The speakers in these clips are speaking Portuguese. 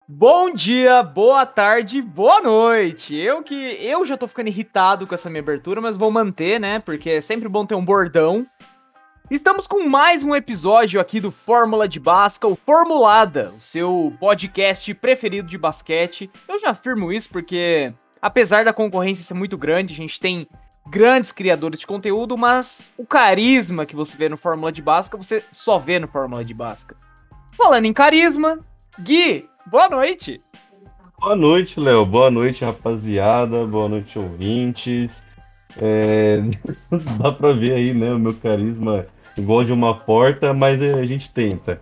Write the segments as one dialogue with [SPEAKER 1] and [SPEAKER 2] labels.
[SPEAKER 1] Bom dia, boa tarde, boa noite. Eu já tô ficando irritado com essa minha abertura, mas vou manter, né? Porque é sempre bom ter um bordão. Estamos com mais um episódio aqui do Fórmula de Basca, o Formulada, o seu podcast preferido de basquete. Eu já afirmo isso porque, apesar da concorrência ser muito grande, a gente tem grandes criadores de conteúdo, mas o carisma que você vê no Fórmula de Basca, você só vê no Fórmula de Basca. Falando em carisma, Gui, boa noite.
[SPEAKER 2] Boa noite, Léo. Boa noite, rapaziada. Boa noite, ouvintes. É, Dá pra ver aí, né, o meu carisma igual de uma porta, mas a gente tenta.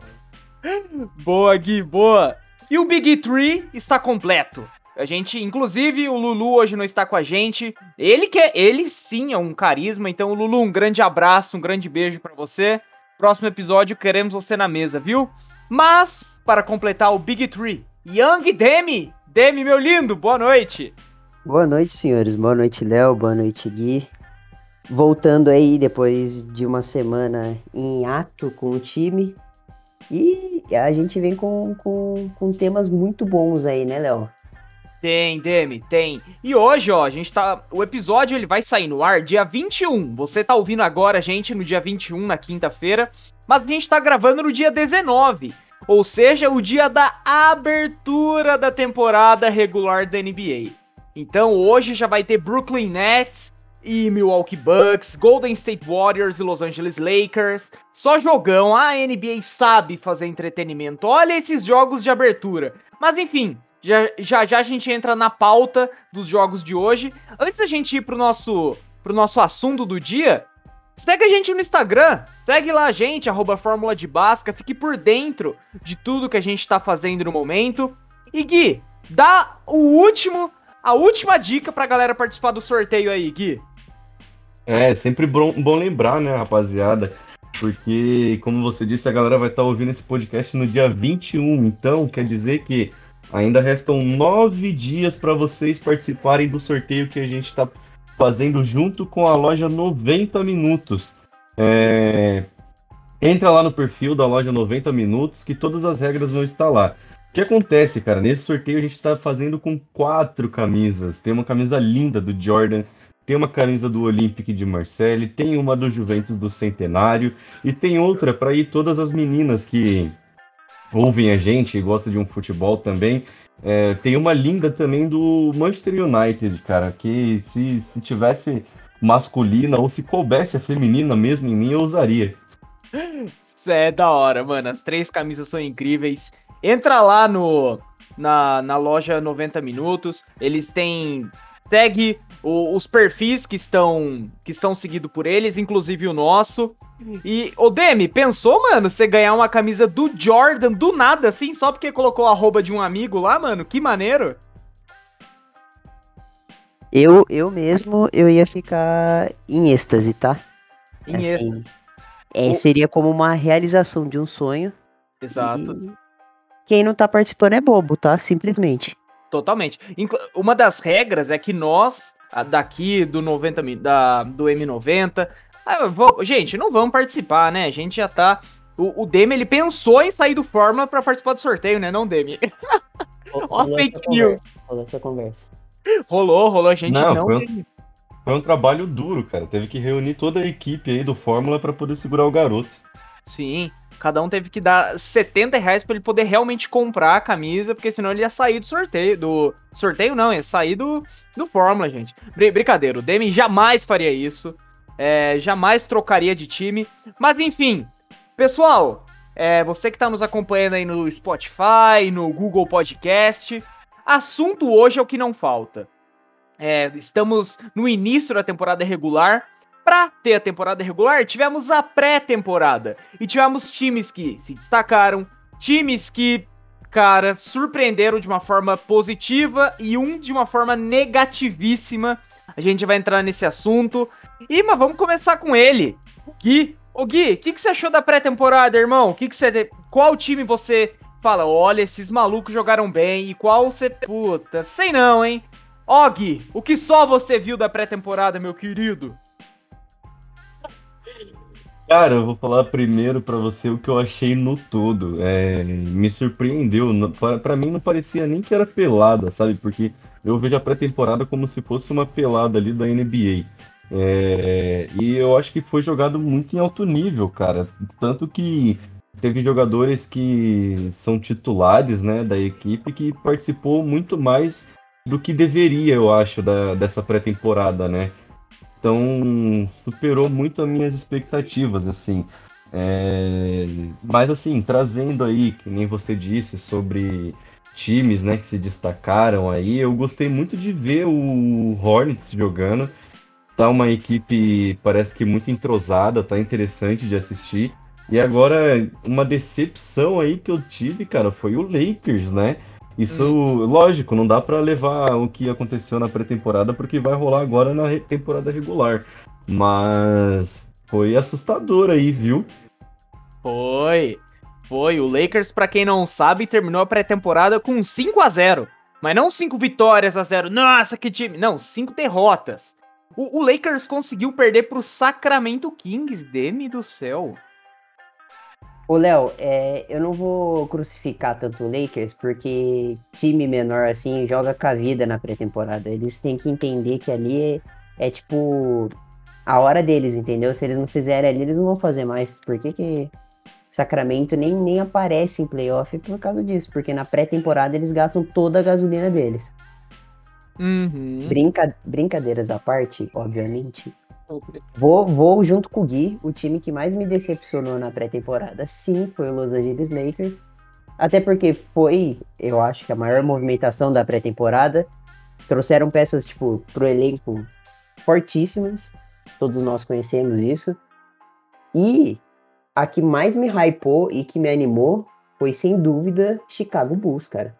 [SPEAKER 1] Boa, Gui, boa. E o Big Three está completo. A gente, inclusive, o Lulu hoje não está com a gente. Ele sim é um carisma. Então, Lulu, um grande abraço, um grande beijo pra você. Próximo episódio queremos você na mesa, viu? Mas para completar o Big Three, Young Demi, Demi meu lindo, boa noite.
[SPEAKER 3] Boa noite, senhores. Boa noite, Léo. Boa noite, Gui. Voltando aí depois de uma semana em ato com o time. E a gente vem com temas muito bons aí, né, Léo?
[SPEAKER 1] Tem, Demi, tem. E hoje, ó, a gente tá. O episódio ele vai sair no ar dia 21. Você tá ouvindo agora a gente no dia 21, na quinta-feira. Mas a gente tá gravando no dia 19. Ou seja, o dia da abertura da temporada regular da NBA. Então hoje já vai ter Brooklyn Nets e Milwaukee Bucks, Golden State Warriors e Los Angeles Lakers. Só jogão, a NBA sabe fazer entretenimento. Olha esses jogos de abertura. Mas enfim, já a gente entra na pauta dos jogos de hoje. Antes da gente ir pro nosso assunto do dia, segue a gente no Instagram, segue lá a gente, @Fórmula de Basca, fique por dentro de tudo que a gente tá fazendo no momento. E Gui, dá a última dica pra galera participar do sorteio aí, Gui.
[SPEAKER 2] É sempre bom lembrar, né, rapaziada? Porque, como você disse, a galera vai estar ouvindo esse podcast no dia 21. Então, quer dizer que ainda restam 9 dias para vocês participarem do sorteio que a gente está fazendo junto com a loja 90 Minutos. É, Entra lá no perfil da loja 90 Minutos que todas as regras vão estar lá. O que acontece, cara? Nesse sorteio a gente está fazendo com 4 camisas. Tem uma camisa linda do Jordan, tem uma camisa do Olympique de Marseille, tem uma do Juventus do Centenário e tem outra para ir todas as meninas que ouvem a gente e gostam de um futebol também. Tem uma linda também do Manchester United, cara, que se tivesse masculina ou se coubesse a feminina mesmo em mim, eu usaria.
[SPEAKER 1] Isso é da hora, mano. As 3 camisas são incríveis. Entra lá na loja 90 Minutos. Eles têm. Segue os perfis que estão seguidos por eles, inclusive o nosso. E, ô Demi, pensou, mano, você ganhar uma camisa do Jordan do nada, assim, só porque colocou a arroba de um amigo lá, mano? Que maneiro.
[SPEAKER 3] Eu mesmo, eu ia ficar em êxtase, tá?
[SPEAKER 1] Em esse.
[SPEAKER 3] Assim, seria como uma realização de um sonho.
[SPEAKER 1] Exato.
[SPEAKER 3] E quem não tá participando é bobo, tá? Simplesmente.
[SPEAKER 1] Totalmente. Uma das regras é que nós, daqui do 90, do M90, gente, não vamos participar, né? A gente já tá. O Demi, ele pensou em sair do Fórmula pra participar do sorteio, né? Não, Demi. Ó,
[SPEAKER 3] Rolou essa
[SPEAKER 1] fake news.
[SPEAKER 3] conversa. Rolou essa conversa.
[SPEAKER 1] Rolou, a gente
[SPEAKER 2] Não,
[SPEAKER 1] não.
[SPEAKER 2] foi um trabalho duro, cara. Teve que reunir toda a equipe aí do Fórmula para poder segurar o garoto.
[SPEAKER 1] Sim, cada um teve que dar R$ 70 pra ele poder realmente comprar a camisa, porque senão ele ia sair do sorteio. Do sorteio não, ia sair do Fórmula, gente. Brincadeira, o Demi jamais faria isso. Jamais trocaria de time. Mas enfim, pessoal, você que tá nos acompanhando aí no Spotify, no Google Podcast, assunto hoje é o que não falta. Estamos no início da temporada regular. Pra ter a temporada regular, tivemos a pré-temporada. E tivemos times que se destacaram, times que, cara, surpreenderam de uma forma positiva e um de uma forma negativíssima. A gente vai entrar nesse assunto. Mas vamos começar com ele, Gui. Ô Gui, o que você achou da pré-temporada, irmão? Qual time você fala, olha, esses malucos jogaram bem, e qual você... Puta, sei não, hein? Ó, Gui, o que só você viu da pré-temporada, meu querido?
[SPEAKER 2] Cara, eu vou falar primeiro pra você o que eu achei no todo. Me surpreendeu. Pra mim não parecia nem que era pelada, sabe? Porque eu vejo a pré-temporada como se fosse uma pelada ali da NBA. E eu acho que foi jogado muito em alto nível, cara. Tanto que teve jogadores que são titulares, né, da equipe que participou muito mais do que deveria, eu acho, dessa pré-temporada, né? Então, superou muito as minhas expectativas, assim. Mas, assim, trazendo aí, que nem você disse, sobre times, né, que se destacaram aí, eu gostei muito de ver o Hornets jogando. Tá uma equipe, parece que muito entrosada, tá interessante de assistir. E agora, uma decepção aí que eu tive, cara, foi o Lakers, né? Isso, lógico, não dá pra levar o que aconteceu na pré-temporada, porque vai rolar agora na temporada regular. Mas foi assustador aí, viu?
[SPEAKER 1] Foi. Foi. O Lakers, pra quem não sabe, terminou a pré-temporada com 5-0. Mas não 5 vitórias a 0. Nossa, que time. Não, 5 derrotas. O Lakers conseguiu perder pro Sacramento Kings, Demi do céu.
[SPEAKER 3] Ô, Léo, eu não vou crucificar tanto o Lakers, porque time menor assim joga com a vida na pré-temporada. Eles têm que entender que ali é tipo a hora deles, entendeu? Se eles não fizerem ali, eles não vão fazer mais. Por que Sacramento nem aparece em playoff por causa disso? Porque na pré-temporada eles gastam toda a gasolina deles.
[SPEAKER 1] Uhum.
[SPEAKER 3] Brincadeiras à parte, obviamente. Vou junto com o Gui, o time que mais me decepcionou na pré-temporada, sim, foi o Los Angeles Lakers. Até porque foi, eu acho que a maior movimentação da pré-temporada. Trouxeram peças, tipo, pro elenco fortíssimas. Todos nós conhecemos isso. E a que mais me hypou e que me animou foi, sem dúvida, Chicago Bulls, cara.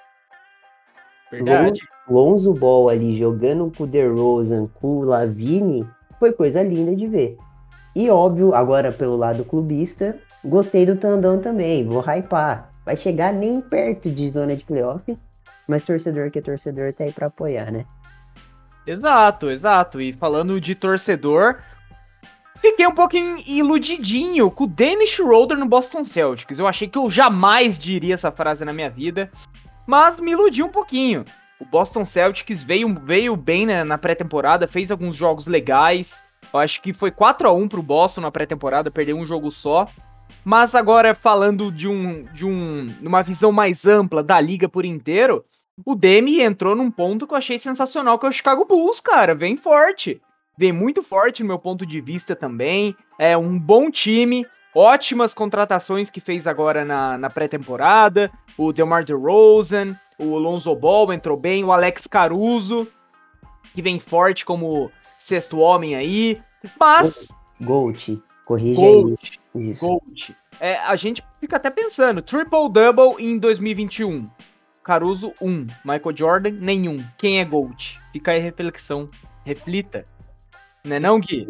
[SPEAKER 1] Verdade.
[SPEAKER 3] Lonzo Ball ali jogando com o DeRozan, com o Lavine, foi coisa linda de ver. E óbvio, agora pelo lado clubista, gostei do Tandão também, vou hypar. Vai chegar nem perto de zona de playoff, mas torcedor que é torcedor tá aí pra apoiar, né?
[SPEAKER 1] Exato, exato. E falando de torcedor, fiquei um pouco iludidinho com o Dennis Schroeder no Boston Celtics. Eu achei que eu jamais diria essa frase na minha vida, mas me iludi um pouquinho. O Boston Celtics veio bem, né, na pré-temporada, fez alguns jogos legais. Eu acho que foi 4-1 pro Boston na pré-temporada, perdeu um jogo só. Mas agora, falando numa visão mais ampla da liga por inteiro, o Demi entrou num ponto que eu achei sensacional, que é o Chicago Bulls, cara. Vem forte. Vem muito forte no meu ponto de vista também. É um bom time. Ótimas contratações que fez agora na pré-temporada. O DeMar DeRozan, o Lonzo Ball entrou bem, o Alex Caruso, que vem forte como sexto homem aí. Mas...
[SPEAKER 3] Gold, corrige
[SPEAKER 1] Gold,
[SPEAKER 3] aí. Isso.
[SPEAKER 1] Gold. A gente fica até pensando, triple-double em 2021. Caruso, 1. Michael Jordan, nenhum. Quem é Gold? Fica aí a reflexão. Reflita. Não é não, Gui?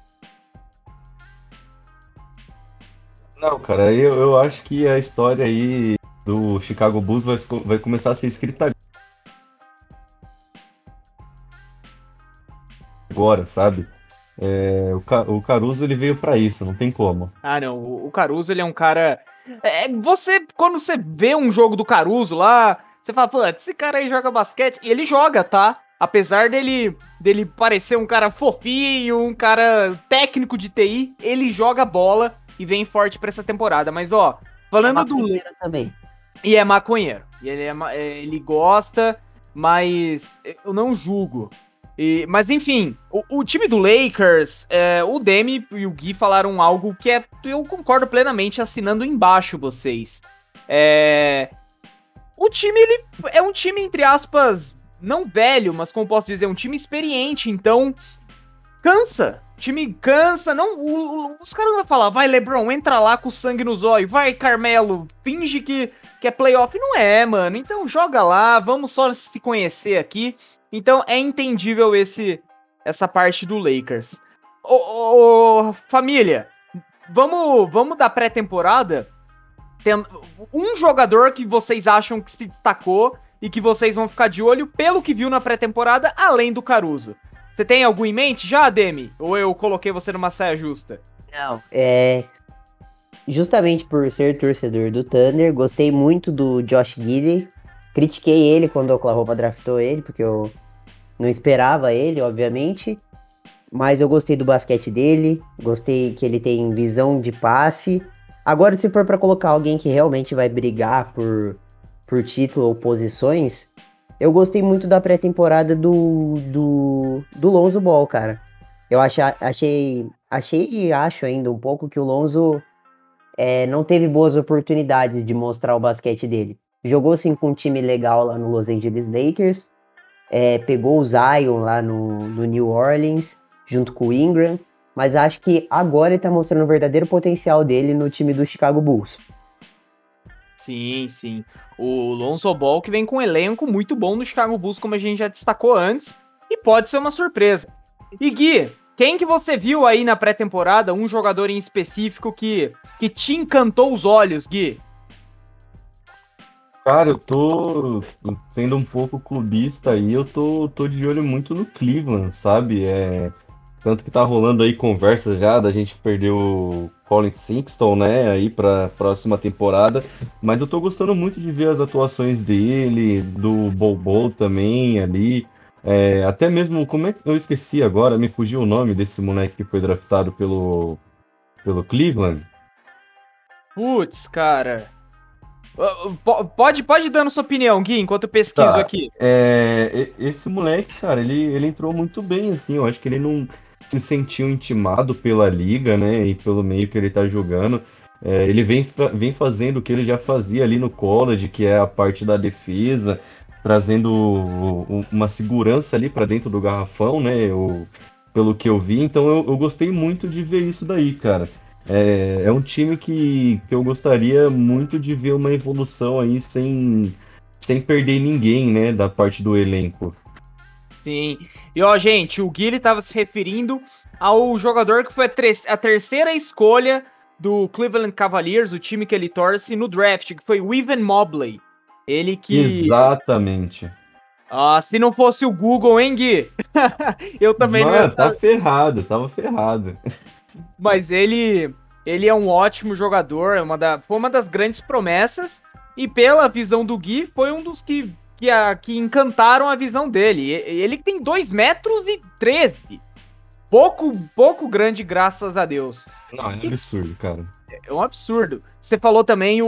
[SPEAKER 2] Não, cara, eu acho que a história aí do Chicago Bulls vai começar a ser escrita agora, sabe? O Caruso ele veio pra isso, não tem como.
[SPEAKER 1] Ah, não. O Caruso, ele é um cara... quando você vê um jogo do Caruso lá, você fala, pô, esse cara aí joga basquete. E ele joga, tá? Apesar dele parecer um cara fofinho, um cara técnico de TI, ele joga bola e vem forte pra essa temporada. Mas, ó, falando do...
[SPEAKER 3] também.
[SPEAKER 1] E é maconheiro. E ele gosta, mas eu não julgo. Mas enfim, o time do Lakers, o Demi e o Gui falaram algo que eu concordo plenamente, assinando embaixo vocês. O time, ele é um time, entre aspas, não velho, mas como posso dizer, um time experiente, então cansa. O time cansa, não, os caras não vão falar, vai LeBron, entra lá com sangue nos olhos, vai Carmelo, finge que é playoff. Não é, mano, então joga lá, vamos só se conhecer aqui. Então é entendível essa parte do Lakers. Família, vamos da pré-temporada. Tem um jogador que vocês acham que se destacou e que vocês vão ficar de olho pelo que viu na pré-temporada, além do Caruso. Você tem algum em mente já, Demi? Ou eu coloquei você numa saia justa?
[SPEAKER 3] Não, justamente por ser torcedor do Thunder, gostei muito do Josh Giddey. Critiquei ele quando o Oklahoma draftou ele, porque eu não esperava ele, obviamente. Mas eu gostei do basquete dele, gostei que ele tem visão de passe. Agora, se for para colocar alguém que realmente vai brigar por título ou posições, eu gostei muito da pré-temporada do Lonzo Ball, cara. Eu achei e acho ainda um pouco que o Lonzo não teve boas oportunidades de mostrar o basquete dele. Jogou sim com um time legal lá no Los Angeles Lakers, pegou o Zion lá no New Orleans, junto com o Ingram, mas acho que agora ele tá mostrando o verdadeiro potencial dele no time do Chicago Bulls.
[SPEAKER 1] Sim, sim. O Lonzo Ball que vem com um elenco muito bom no Chicago Bulls, como a gente já destacou antes, e pode ser uma surpresa. E Gui, quem que você viu aí na pré-temporada, um jogador em específico que te encantou os olhos, Gui?
[SPEAKER 2] Cara, eu tô sendo um pouco clubista aí, tô de olho muito no Cleveland, sabe? Tanto que tá rolando aí conversas já da gente perder o Colin Sexton, né, aí pra próxima temporada. Mas eu tô gostando muito de ver as atuações dele, do Bol também ali. Até mesmo, como é que eu esqueci agora, me fugiu o nome desse moleque que foi draftado pelo Cleveland.
[SPEAKER 1] Putz, cara. Pode dando sua opinião, Gui, enquanto eu pesquiso
[SPEAKER 2] Tá,
[SPEAKER 1] aqui.
[SPEAKER 2] esse moleque, cara, ele entrou muito bem, assim, eu acho que ele não se sentiu intimado pela liga, né, e pelo meio que ele tá jogando. Ele vem fazendo o que ele já fazia ali no college, que é a parte da defesa, trazendo uma segurança ali para dentro do garrafão, né, pelo que eu vi, então eu gostei muito de ver isso daí, cara. É um time que eu gostaria muito de ver uma evolução aí sem perder ninguém, né, da parte do elenco.
[SPEAKER 1] Sim. E ó, gente, o Gui ele tava se referindo ao jogador que foi a terceira escolha do Cleveland Cavaliers, o time que ele torce, no draft, que foi o Evan Mobley. Ele que.
[SPEAKER 2] Exatamente.
[SPEAKER 1] Ah, se não fosse o Google, hein, Gui? Eu também não ia
[SPEAKER 2] Mano, tá
[SPEAKER 1] saber.
[SPEAKER 2] ferrado, tava ferrado.
[SPEAKER 1] Mas ele é um ótimo jogador, foi uma das grandes promessas. E pela visão do Gui, foi um dos que encantaram a visão dele. Ele tem 2,13 m. Pouco grande, graças a Deus.
[SPEAKER 2] Não, é
[SPEAKER 1] E
[SPEAKER 2] absurdo, cara.
[SPEAKER 1] é um absurdo. Você falou também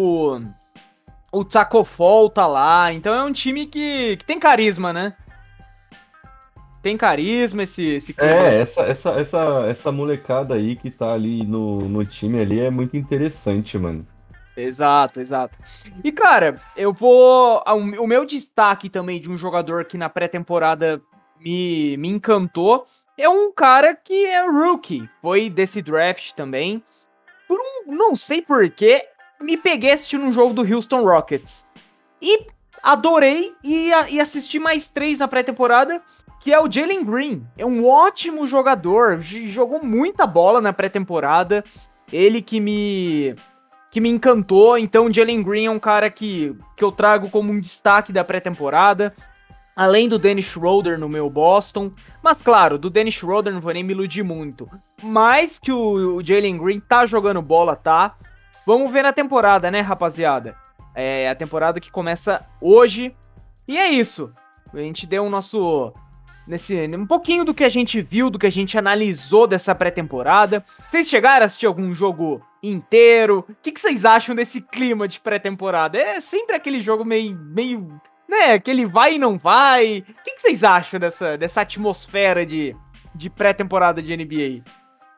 [SPEAKER 1] o Taco Fall tá lá. Então é um time que tem carisma, né? Tem carisma esse Cleveland.
[SPEAKER 2] Essa molecada aí que tá ali no time ali é muito interessante, mano.
[SPEAKER 1] Exato, exato. E, cara, eu vou. O meu destaque também de um jogador que na pré-temporada me encantou é um cara que é rookie. Foi desse draft também. Não sei porquê, me peguei assistindo um jogo do Houston Rockets. E adorei e assisti mais 3 na pré-temporada, que é o Jalen Green. É um ótimo jogador, jogou muita bola na pré-temporada. Ele que me encantou. Então, Jalen Green é um cara que eu trago como um destaque da pré-temporada. Além do Dennis Schroeder no meu Boston. Mas, claro, do Dennis Schroeder não vou nem me iludir muito. Mas que o Jalen Green tá jogando bola, tá? Vamos ver na temporada, né, rapaziada? É a temporada que começa hoje. E é isso. A gente deu o nosso um pouquinho do que a gente viu, do que a gente analisou dessa pré-temporada. Vocês chegaram a assistir algum jogo inteiro? O que vocês acham desse clima de pré-temporada? É sempre aquele jogo meio, né, aquele vai e não vai. O que vocês acham dessa atmosfera de pré-temporada de NBA?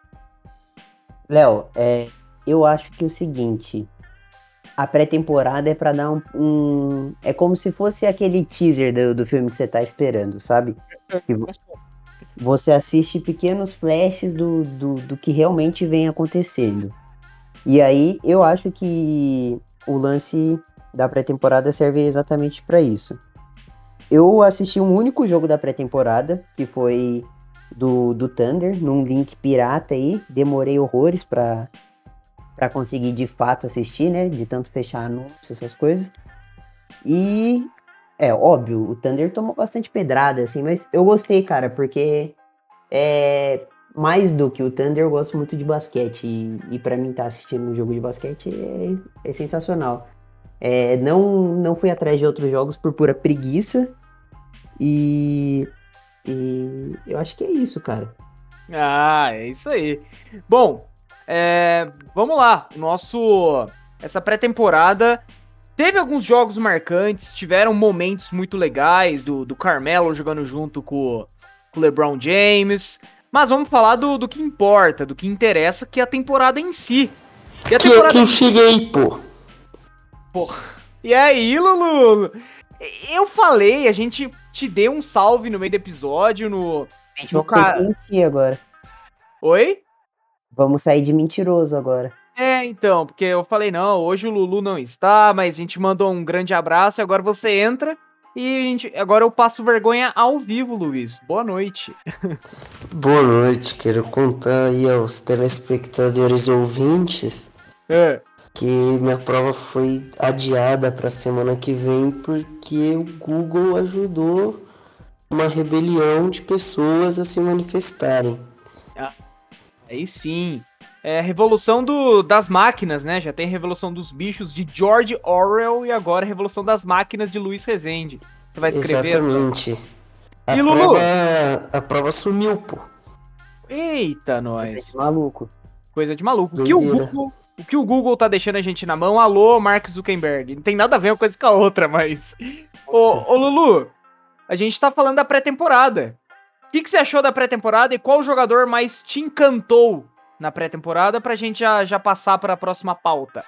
[SPEAKER 3] Léo, eu acho que é o seguinte, a pré-temporada é pra dar é como se fosse aquele teaser do filme que você tá esperando, sabe? Que você assiste pequenos flashes do que realmente vem acontecendo. E aí eu acho que o lance da pré-temporada serve exatamente pra isso. Eu assisti um único jogo da pré-temporada, que foi do Thunder, num link pirata aí. Demorei horrores pra conseguir de fato assistir, né? De tanto fechar anúncio, essas coisas. E óbvio, o Thunder tomou bastante pedrada, assim, mas eu gostei, cara, porque mais do que o Thunder, eu gosto muito de basquete. E para mim, estar assistindo um jogo de basquete é sensacional. Não fui atrás de outros jogos por pura preguiça. E, e eu acho que é isso, cara.
[SPEAKER 1] Ah, é isso aí. Bom, vamos lá. Essa pré-temporada teve alguns jogos marcantes, tiveram momentos muito legais do Carmelo jogando junto com o LeBron James. Mas vamos falar do que importa, do que interessa, que é a temporada em si. E a temporada.
[SPEAKER 4] Que eu cheguei, pô.
[SPEAKER 1] E aí, Lulu? Eu falei, a gente te deu um salve no meio do episódio no.
[SPEAKER 3] A gente vai ter que mentir agora.
[SPEAKER 1] Oi?
[SPEAKER 3] Vamos sair de mentiroso agora.
[SPEAKER 1] Então, porque eu falei, não, hoje o Lulu não está, mas a gente mandou um grande abraço e agora você entra e agora eu passo vergonha ao vivo, Luiz. Boa noite.
[SPEAKER 4] Boa noite, quero contar aí aos telespectadores ouvintes que minha prova foi adiada para semana que vem porque o Google ajudou uma rebelião de pessoas a se manifestarem.
[SPEAKER 1] Aí sim. É a revolução das máquinas, né? Já tem a revolução dos bichos de George Orwell e agora a revolução das máquinas de Luiz Rezende. Você vai escrever?
[SPEAKER 4] Exatamente.
[SPEAKER 1] E Lulu?
[SPEAKER 4] A prova sumiu, pô.
[SPEAKER 1] Eita, nós.
[SPEAKER 3] Coisa de maluco.
[SPEAKER 1] Coisa de maluco.
[SPEAKER 4] Doideira.
[SPEAKER 1] O que o Google tá deixando a gente na mão? Alô, Mark Zuckerberg. Não tem nada a ver uma coisa com a outra, mas... Ô, Lulu, a gente tá falando da pré-temporada. O que você achou da pré-temporada e qual jogador mais te encantou na pré-temporada pra gente já passar pra próxima pauta?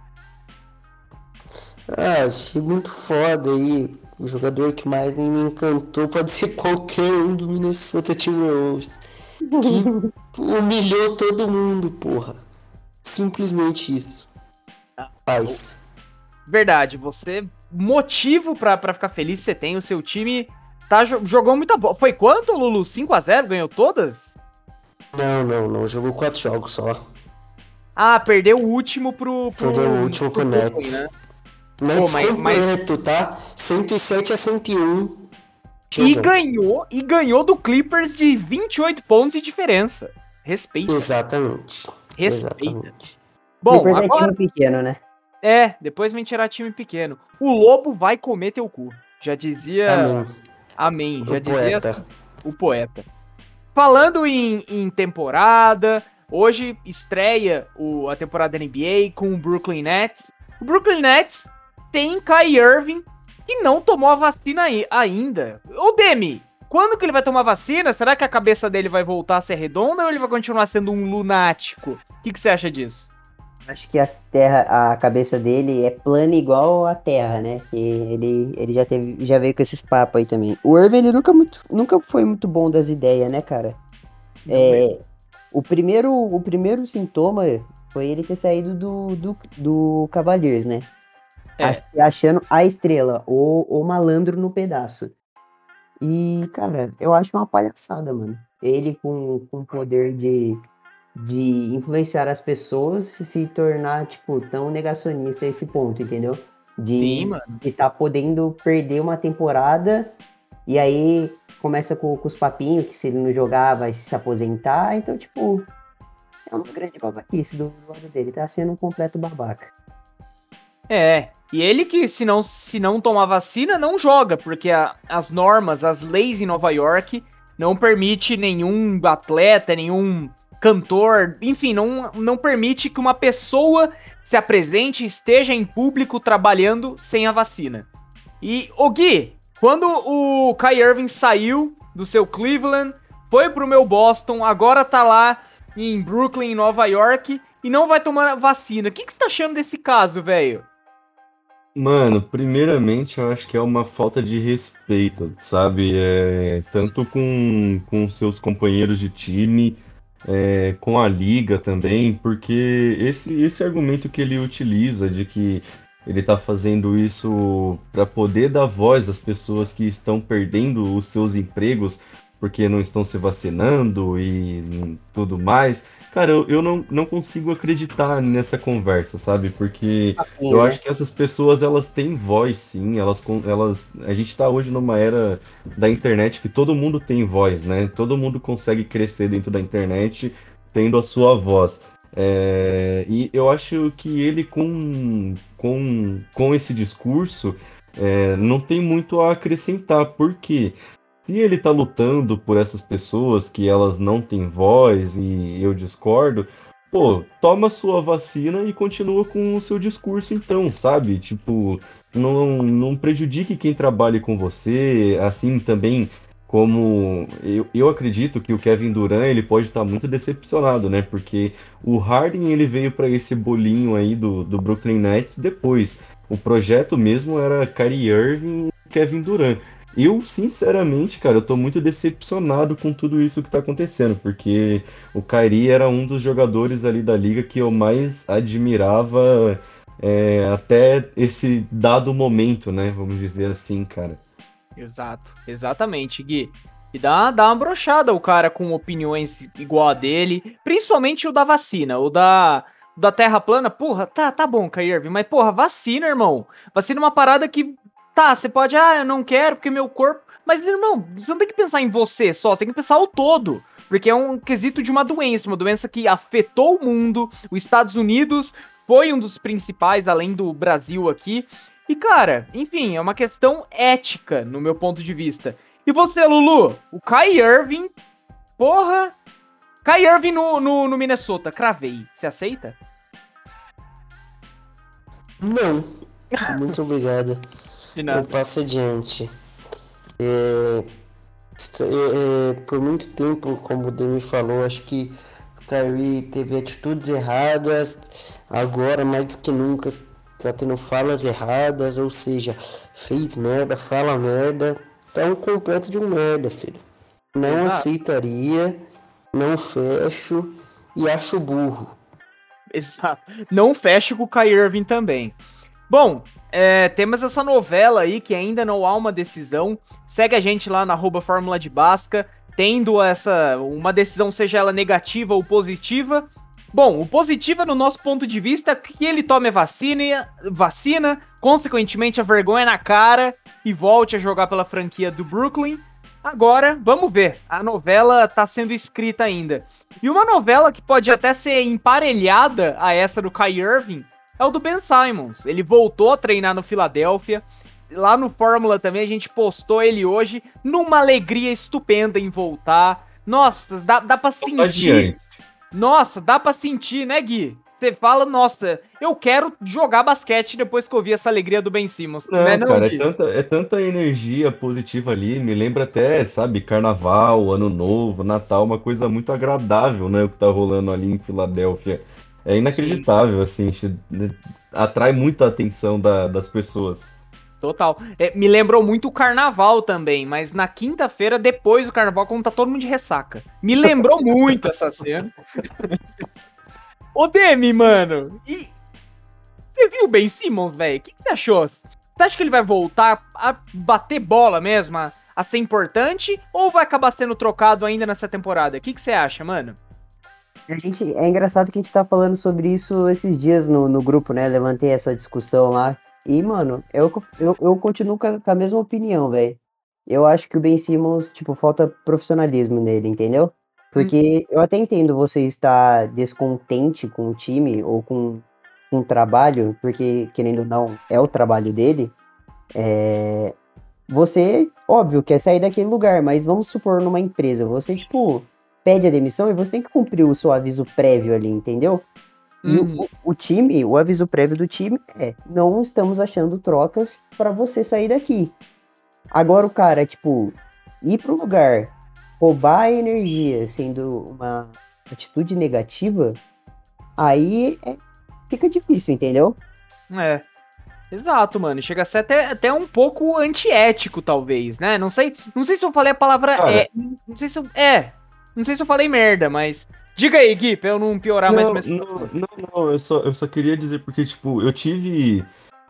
[SPEAKER 4] Achei muito foda aí. O jogador que mais me encantou pode ser qualquer um do Minnesota Timberwolves. Que humilhou todo mundo, porra. Simplesmente isso. Paz.
[SPEAKER 1] Verdade, motivo pra ficar feliz você tem, o seu time jogou muita bola. Foi quanto, Lulu? 5-0? Ganhou todas?
[SPEAKER 4] Não. Jogou 4 jogos só.
[SPEAKER 1] Ah, perdeu o último pro
[SPEAKER 4] Perdeu o último pro Nets.
[SPEAKER 1] Né?
[SPEAKER 4] Nets completo, tá? 107-101.
[SPEAKER 1] E ganhou do Clippers de 28 pontos de diferença. Respeita.
[SPEAKER 4] Exatamente.
[SPEAKER 1] Bom,
[SPEAKER 3] Clippers
[SPEAKER 1] agora...
[SPEAKER 3] é time pequeno, né?
[SPEAKER 1] Depois vem tirar time pequeno. O Lobo vai comer teu cu. Já dizia... Amém. Já dizia o poeta. Falando em temporada, hoje estreia a temporada da NBA com o Brooklyn Nets. O Brooklyn Nets tem Kyrie Irving, que não tomou a vacina ainda. Ô, Demi, quando que ele vai tomar a vacina? Será que a cabeça dele vai voltar a ser redonda ou ele vai continuar sendo um lunático? O que você acha disso?
[SPEAKER 3] Acho que a cabeça dele é plana igual a Terra, né? Que ele já veio com esses papos aí também. O Irving, ele nunca foi muito bom das ideias, né, cara? O primeiro sintoma foi ele ter saído do Cavaliers, né? Achando a estrela, o malandro no pedaço. E, cara, eu acho uma palhaçada, mano. Ele com o poder de influenciar as pessoas e se tornar, tipo, tão negacionista a esse ponto, entendeu?
[SPEAKER 1] Sim, mano.
[SPEAKER 3] De tá podendo perder uma temporada e aí começa com os papinhos que se ele não jogar vai se aposentar. Então, tipo, é uma grande babaquice do lado dele. Tá sendo um completo babaca.
[SPEAKER 1] E ele que se não tomar vacina, não joga, porque as normas, as leis em Nova York não permite nenhum atleta, nenhum cantor, enfim, não permite que uma pessoa se apresente, esteja em público trabalhando sem a vacina. E, Gui, quando o Kyrie Irving saiu do seu Cleveland, foi pro meu Boston, agora tá lá em Brooklyn, em Nova York, e não vai tomar vacina. O que você tá achando desse caso, velho?
[SPEAKER 2] Mano, primeiramente eu acho que é uma falta de respeito, sabe? Tanto com seus companheiros de time, com a liga também, porque esse argumento que ele utiliza de que ele tá fazendo isso para poder dar voz às pessoas que estão perdendo os seus empregos porque não estão se vacinando e tudo mais. Cara, eu não consigo acreditar nessa conversa, sabe? Porque eu acho que essas pessoas, elas têm voz, sim. A gente tá hoje numa era da internet que todo mundo tem voz, né? Todo mundo consegue crescer dentro da internet tendo a sua voz. E eu acho que ele, com esse discurso, não tem muito a acrescentar. Por quê? Se ele tá lutando por essas pessoas que elas não têm voz e eu discordo, pô, toma sua vacina e continua com o seu discurso então, sabe? Tipo, não prejudique quem trabalha com você, assim também como eu acredito que o Kevin Durant ele pode estar muito decepcionado, né? Porque o Harden ele veio para esse bolinho aí do Brooklyn Nets depois. O projeto mesmo era Kyrie Irving e Kevin Durant. Eu, sinceramente, cara, eu tô muito decepcionado com tudo isso que tá acontecendo, porque o Kyrie era um dos jogadores ali da liga que eu mais admirava até esse dado momento, né? Vamos dizer assim, cara.
[SPEAKER 1] Exato, exatamente, Gui. E dá uma brochada o cara com opiniões igual a dele, principalmente o da vacina, o da terra plana, porra, tá bom, Kyrie Irving, mas porra, vacina, irmão. Vacina é uma parada que, você pode, eu não quero porque meu corpo, mas irmão, você não tem que pensar em você só, você tem que pensar o todo, porque é um quesito de uma doença que afetou o mundo, os Estados Unidos foi um dos principais, além do Brasil aqui. E, cara, enfim, é uma questão ética, no meu ponto de vista. E você, Lulu? O Kyrie Irving, porra... Kyrie Irving no Minnesota, cravei. Você aceita?
[SPEAKER 4] Não. Muito obrigado.
[SPEAKER 1] De nada.
[SPEAKER 4] Eu passo adiante. Por muito tempo, como o Demi falou, acho que o Kyrie teve atitudes erradas. Agora, mais do que nunca, tá tendo falas erradas, ou seja, fez merda, fala merda, tá um completo de um merda, filho. Não aceitaria, não fecho e acho burro.
[SPEAKER 1] Exato. Não fecho com o Kyrie Irving também. Bom, temos essa novela aí que ainda não há uma decisão. Segue a gente lá na @Fórmula de Basca, tendo uma decisão, seja ela negativa ou positiva. Bom, o positivo, no nosso ponto de vista, é que ele tome a vacina, consequentemente a vergonha na cara e volte a jogar pela franquia do Brooklyn. Agora, vamos ver. A novela tá sendo escrita ainda. E uma novela que pode até ser emparelhada a essa do Kyrie Irving é o do Ben Simmons. Ele voltou a treinar no Philadelphia. Lá no Fórmula também a gente postou ele hoje numa alegria estupenda em voltar. Nossa, dá pra sentir. Nossa, dá pra sentir, né, Gui? Você fala, nossa, eu quero jogar basquete depois que eu vi essa alegria do Ben Simmons.
[SPEAKER 2] Não,
[SPEAKER 1] né,
[SPEAKER 2] cara,
[SPEAKER 1] Gui?
[SPEAKER 2] é tanta energia positiva ali, me lembra até, sabe, Carnaval, Ano Novo, Natal, uma coisa muito agradável, né, o que tá rolando ali em Filadélfia. É inacreditável, assim, atrai muita atenção das pessoas.
[SPEAKER 1] Total. Me lembrou muito o Carnaval também, mas na quinta-feira, depois do Carnaval, quando tá todo mundo de ressaca. Me lembrou muito essa cena. Ô, Demi, mano, e você viu o Ben Simmons, velho? O que você achou? Você acha que ele vai voltar a bater bola mesmo, a ser importante, ou vai acabar sendo trocado ainda nessa temporada? O que você acha, mano?
[SPEAKER 3] É engraçado que a gente tá falando sobre isso esses dias no grupo, né? Levantei essa discussão lá. E, mano, eu continuo com a mesma opinião, velho. Eu acho que o Ben Simmons, tipo, falta profissionalismo nele, entendeu? Porque eu até entendo você estar descontente com o time ou com o trabalho, porque, querendo ou não, é o trabalho dele. Você, óbvio, quer sair daquele lugar, mas vamos supor numa empresa, você, tipo, pede a demissão e você tem que cumprir o seu aviso prévio ali, entendeu? E o time, o aviso prévio do time não estamos achando trocas para você sair daqui. Agora o cara, tipo, ir pro lugar, roubar a energia sendo uma atitude negativa, aí fica difícil, entendeu?
[SPEAKER 1] Exato, mano. Chega a ser até um pouco antiético, talvez, né? Não sei se eu falei a palavra
[SPEAKER 2] Cara,
[SPEAKER 1] não sei se eu falei merda, mas... Diga aí, Gui, pra eu não piorar mais ou menos.
[SPEAKER 2] Não, eu só queria dizer porque, tipo, eu tive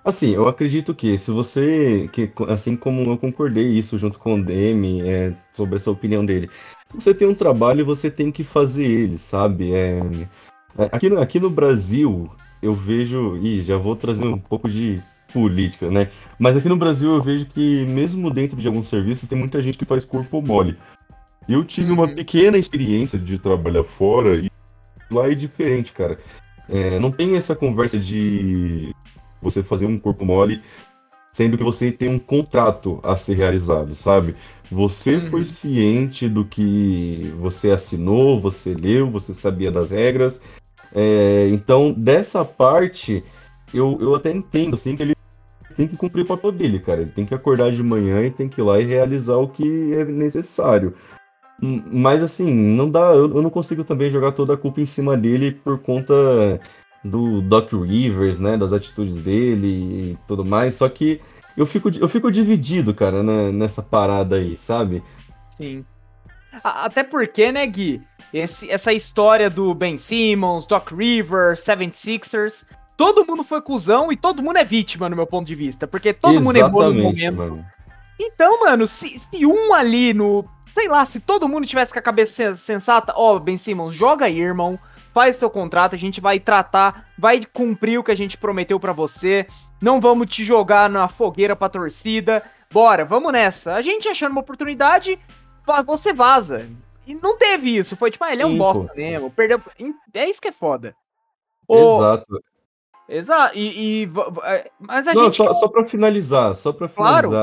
[SPEAKER 2] Assim, eu acredito que se você, assim como eu concordei isso junto com o Demi, sobre essa opinião dele, se você tem um trabalho, você tem que fazer ele, sabe? Aqui no Brasil, eu vejo, e já vou trazer um pouco de política, né? Mas aqui no Brasil eu vejo que mesmo dentro de algum serviço, tem muita gente que faz corpo mole. Eu tive uma pequena experiência de trabalhar fora e lá é diferente, cara. Não tem essa conversa de você fazer um corpo mole, sendo que você tem um contrato a ser realizado, sabe? Você foi ciente do que você assinou, você leu, você sabia das regras. Então, dessa parte, eu até entendo, assim, que ele tem que cumprir o papel dele, cara. Ele tem que acordar de manhã e tem que ir lá e realizar o que é necessário. Mas assim, não dá, eu não consigo também jogar toda a culpa em cima dele por conta do Doc Rivers, né, das atitudes dele e tudo mais. Só que eu fico dividido, cara, nessa parada aí, sabe?
[SPEAKER 1] Sim. Até porque, né, Gui, essa história do Ben Simmons, Doc Rivers, 76ers, todo mundo foi cuzão e todo mundo é vítima, no meu ponto de vista, porque todo mundo errou no momento.
[SPEAKER 2] Mano.
[SPEAKER 1] Então, mano, se um ali no... Sei lá, se todo mundo tivesse com a cabeça sensata, Ben Simmons, joga aí, irmão, faz seu contrato, a gente vai tratar, vai cumprir o que a gente prometeu pra você, não vamos te jogar na fogueira pra torcida, bora, vamos nessa. A gente achando uma oportunidade, você vaza. E não teve isso, foi tipo, ele é um bosta mesmo, perdeu... É isso que é foda.
[SPEAKER 2] Exato.
[SPEAKER 1] Exato, mas a gente...
[SPEAKER 2] Só pra finalizar,
[SPEAKER 1] Claro,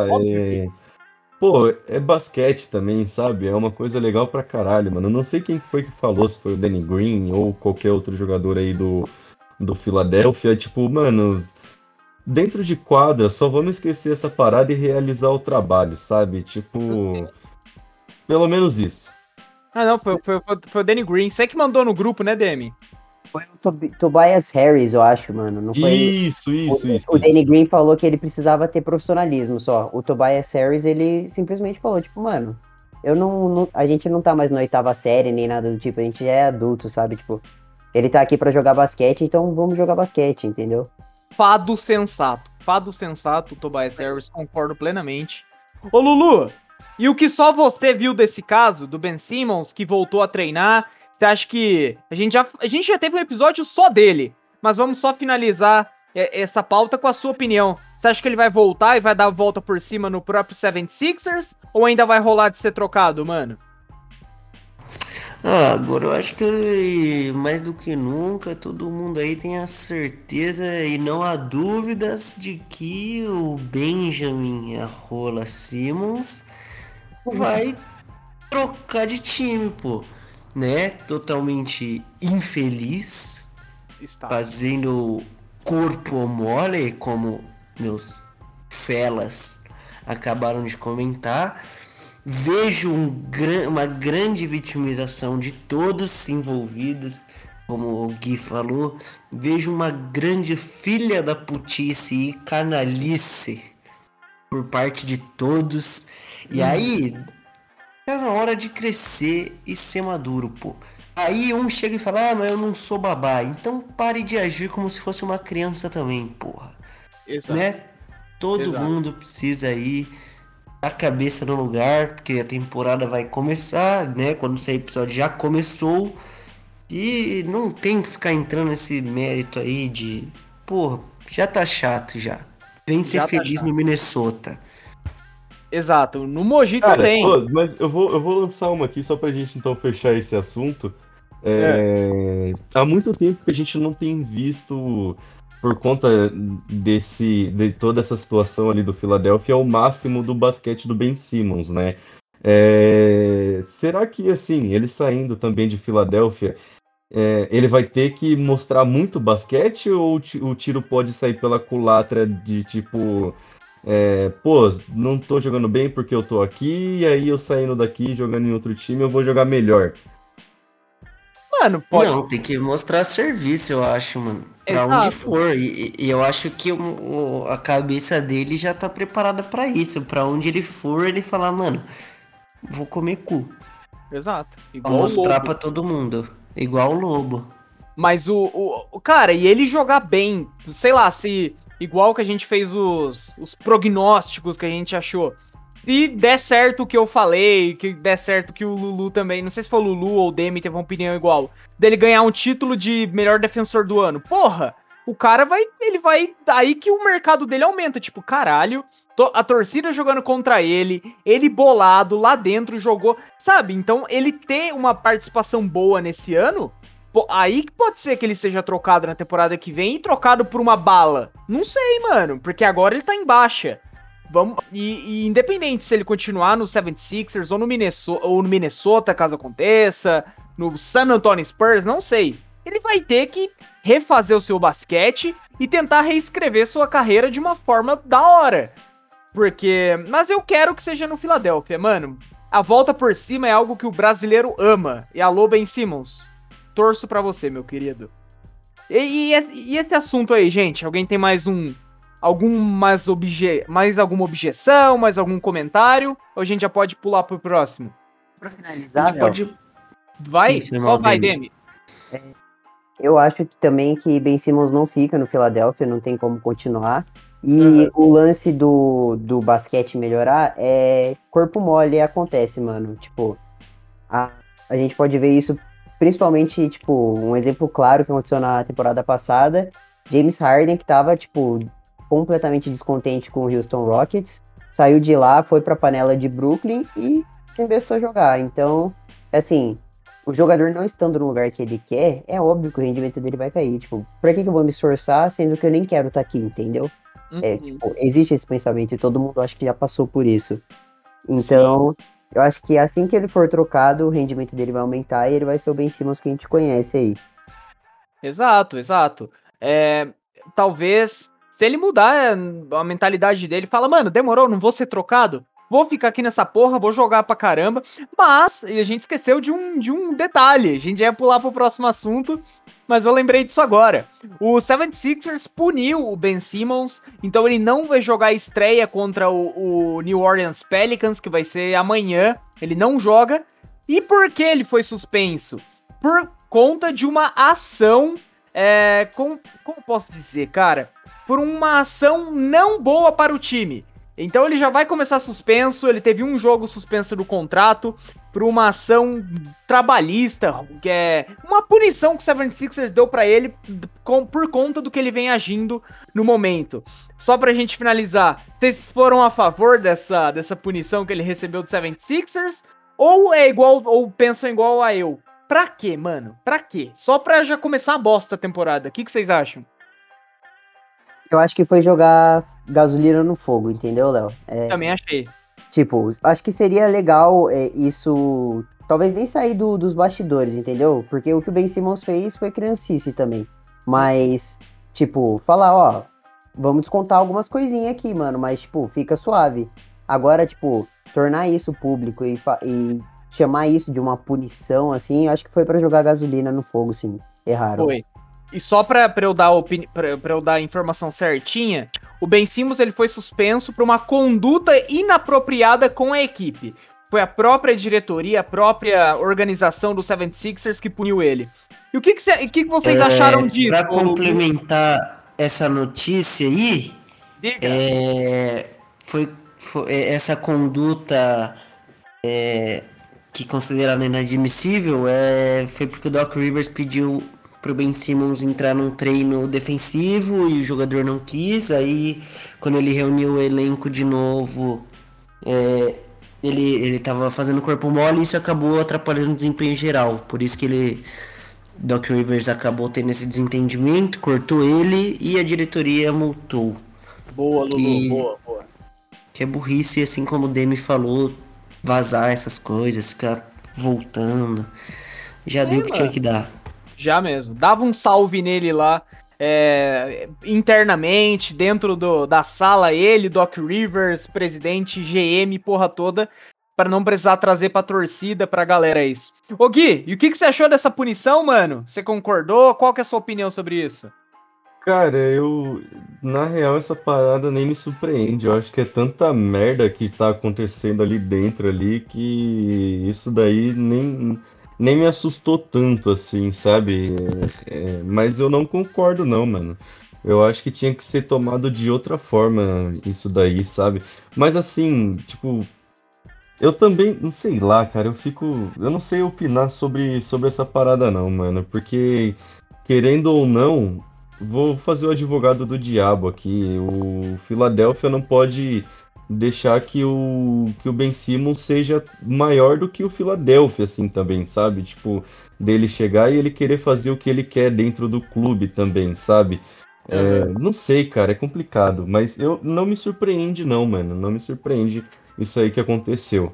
[SPEAKER 2] Pô, é basquete também, sabe? É uma coisa legal pra caralho, mano. Eu não sei quem foi que falou, se foi o Danny Green ou qualquer outro jogador aí do Philadelphia. Tipo, mano, dentro de quadra, só vamos esquecer essa parada e realizar o trabalho, sabe? Tipo, pelo menos isso.
[SPEAKER 1] Não, foi o Danny Green. Você que mandou no grupo, né, Demi?
[SPEAKER 3] Foi o Tobias Harris, eu acho, mano. Não foi...
[SPEAKER 2] Isso.
[SPEAKER 3] O Danny Green falou que ele precisava ter profissionalismo só. O Tobias Harris, ele simplesmente falou, tipo, mano, a gente não tá mais na 8ª série, nem nada do tipo, a gente já é adulto, sabe? Tipo, ele tá aqui pra jogar basquete, então vamos jogar basquete, entendeu?
[SPEAKER 1] Fado sensato, Tobias Harris, concordo plenamente. Ô, Lulu, e o que só você viu desse caso, do Ben Simmons, que voltou a treinar? Você acha que... A gente já teve um episódio só dele, mas vamos só finalizar essa pauta com a sua opinião. Você acha que ele vai voltar e vai dar a volta por cima no próprio 76ers? Ou ainda vai rolar de ser trocado, mano?
[SPEAKER 4] Agora eu acho que mais do que nunca todo mundo aí tem a certeza e não há dúvidas de que o Benjamin Rola Simmons vai trocar de time, pô. Né? Totalmente infeliz, fazendo corpo mole, como meus felas acabaram de comentar. Vejo uma grande vitimização de todos envolvidos, como o Gui falou. Vejo uma grande filha da putice e canalice por parte de todos. E aí... tá na hora de crescer e ser maduro, pô. Aí um chega e fala, mas eu não sou babá. Então pare de agir como se fosse uma criança também, porra.
[SPEAKER 1] Exato.
[SPEAKER 4] Né? Todo mundo precisa ir a cabeça no lugar, porque a temporada vai começar, né? Quando esse episódio já começou. E não tem que ficar entrando nesse mérito aí de... Porra, já tá chato já. Vem ser feliz no Minnesota.
[SPEAKER 1] Exato, no Mogi também.
[SPEAKER 2] Mas eu vou lançar uma aqui só pra gente então fechar esse assunto. Há muito tempo que a gente não tem visto, por conta de toda essa situação ali do Philadelphia, o máximo do basquete do Ben Simmons, né? Será que, assim, ele saindo também de Filadélfia, ele vai ter que mostrar muito basquete ou o tiro pode sair pela culatra de tipo... não tô jogando bem porque eu tô aqui, e aí eu saindo daqui, jogando em outro time, eu vou jogar melhor.
[SPEAKER 1] Mano, pode...
[SPEAKER 4] Não, tem que mostrar serviço, eu acho, mano. Pra onde for. E eu acho que a cabeça dele já tá preparada pra isso. Pra onde ele for, ele falar, mano, vou comer cu.
[SPEAKER 1] Exato.
[SPEAKER 4] Igual pra mostrar pra todo mundo. Igual o Lobo.
[SPEAKER 1] Mas cara, e ele jogar bem, sei lá, se igual que a gente fez os prognósticos que a gente achou. Se der certo o que eu falei, que der certo que o Lulu também, não sei se foi o Lulu ou o Demi teve uma opinião igual, dele ganhar um título de melhor defensor do ano. Porra, o cara ele vai, aí que o mercado dele aumenta, tipo, caralho, a torcida jogando contra ele bolado lá dentro jogou, sabe? Então ele ter uma participação boa nesse ano, aí que pode ser que ele seja trocado na temporada que vem e trocado por uma bala. Não sei, mano, porque agora ele tá em baixa. E independente se ele continuar no 76ers ou no Minnesota, caso aconteça, no San Antonio Spurs, não sei. Ele vai ter que refazer o seu basquete e tentar reescrever sua carreira de uma forma da hora. Mas eu quero que seja no Philadelphia, mano. A volta por cima é algo que o brasileiro ama. E alô, Ben Simmons. Torço pra você, meu querido. E esse assunto aí, gente? Alguém tem mais alguma objeção, mais algum comentário? Ou a gente já pode pular pro próximo?
[SPEAKER 3] Pra finalizar,
[SPEAKER 4] pode...
[SPEAKER 1] Vai? Só vai, Demi.
[SPEAKER 3] Eu acho que também que Ben Simmons não fica no Philadelphia, não tem como continuar. E o lance do basquete melhorar é corpo mole, acontece, mano. Tipo, a gente pode ver isso principalmente, tipo, um exemplo claro que aconteceu na temporada passada. James Harden, que tava, tipo, completamente descontente com o Houston Rockets, saiu de lá, foi pra panela de Brooklyn e se investou a jogar. Então, assim, o jogador não estando no lugar que ele quer, é óbvio que o rendimento dele vai cair. Tipo, pra que eu vou me esforçar, sendo que eu nem quero estar aqui, entendeu? Tipo, existe esse pensamento e todo mundo acho que já passou por isso. Então, eu acho que assim que ele for trocado, o rendimento dele vai aumentar e ele vai ser o Ben Simmons que a gente conhece aí.
[SPEAKER 1] Exato. Talvez, se ele mudar a mentalidade dele, fala, mano, demorou, não vou ser trocado, vou ficar aqui nessa porra, vou jogar pra caramba. Mas a gente esqueceu de um detalhe, a gente ia pular pro próximo assunto, mas eu lembrei disso agora. O 76ers puniu o Ben Simmons, então ele não vai jogar a estreia contra o New Orleans Pelicans, que vai ser amanhã, ele não joga. E por que ele foi suspenso? Por conta de uma ação, como posso dizer, cara? Por uma ação não boa para o time. Então ele já vai começar suspenso, ele teve um jogo suspenso do contrato por uma ação trabalhista, que é uma punição que o 76ers deu pra ele por conta do que ele vem agindo no momento. Só pra gente finalizar, vocês foram a favor dessa punição que ele recebeu do 76ers? Ou pensam igual a eu? Pra quê, mano? Pra quê? Só pra já começar a bosta a temporada. O que vocês acham?
[SPEAKER 3] Eu acho que foi jogar gasolina no fogo, entendeu, Léo?
[SPEAKER 1] Também achei.
[SPEAKER 3] Tipo, acho que seria legal isso, talvez nem sair dos bastidores, entendeu? Porque o que o Ben Simmons fez foi criancice também. Mas, tipo, falar, ó, vamos descontar algumas coisinhas aqui, mano, mas, tipo, fica suave. Agora, tipo, tornar isso público e chamar isso de uma punição, assim, acho que foi pra jogar gasolina no fogo, sim. Erraram.
[SPEAKER 1] Foi. E só pra eu dar a informação certinha, o Ben Simmons ele foi suspenso por uma conduta inapropriada com a equipe. Foi a própria diretoria, a própria organização do 76ers que puniu ele. E o que vocês acharam disso?
[SPEAKER 4] Pra complementar essa notícia aí, foi essa conduta que considerada inadmissível foi porque o Doc Rivers pediu pro Ben Simmons entrar num treino defensivo e o jogador não quis. Aí quando ele reuniu o elenco de novo, ele tava fazendo corpo mole e isso acabou atrapalhando o desempenho geral. Por isso que Doc Rivers acabou tendo esse desentendimento, cortou ele e a diretoria multou.
[SPEAKER 1] Boa, Lulu, boa.
[SPEAKER 4] Que é burrice, assim como o Demi falou, vazar essas coisas, ficar voltando. Já deu o que tinha que dar.
[SPEAKER 1] Já mesmo. Dava um salve nele lá, internamente, dentro da sala, ele, Doc Rivers, presidente, GM, porra toda, para não precisar trazer pra torcida, pra galera isso. Ô Gui, e o que você achou dessa punição, mano? Você concordou? Qual que é a sua opinião sobre isso?
[SPEAKER 2] Cara, na real, essa parada nem me surpreende. Eu acho que é tanta merda que tá acontecendo ali dentro ali que isso daí nem me assustou tanto assim, sabe? Mas eu não concordo não, mano. Eu acho que tinha que ser tomado de outra forma isso daí, sabe? Mas assim, tipo, eu também, não sei lá, cara, eu não sei opinar sobre essa parada não, mano, porque querendo ou não, vou fazer o advogado do diabo aqui. O Philadelphia não pode deixar que o Ben Simmons seja maior do que o Philadelphia, assim, também, sabe? Tipo, dele chegar e ele querer fazer o que ele quer dentro do clube também, sabe?
[SPEAKER 1] Aham.
[SPEAKER 2] Não sei, cara, é complicado, mas eu não me surpreende não, mano, não me surpreende isso aí que aconteceu.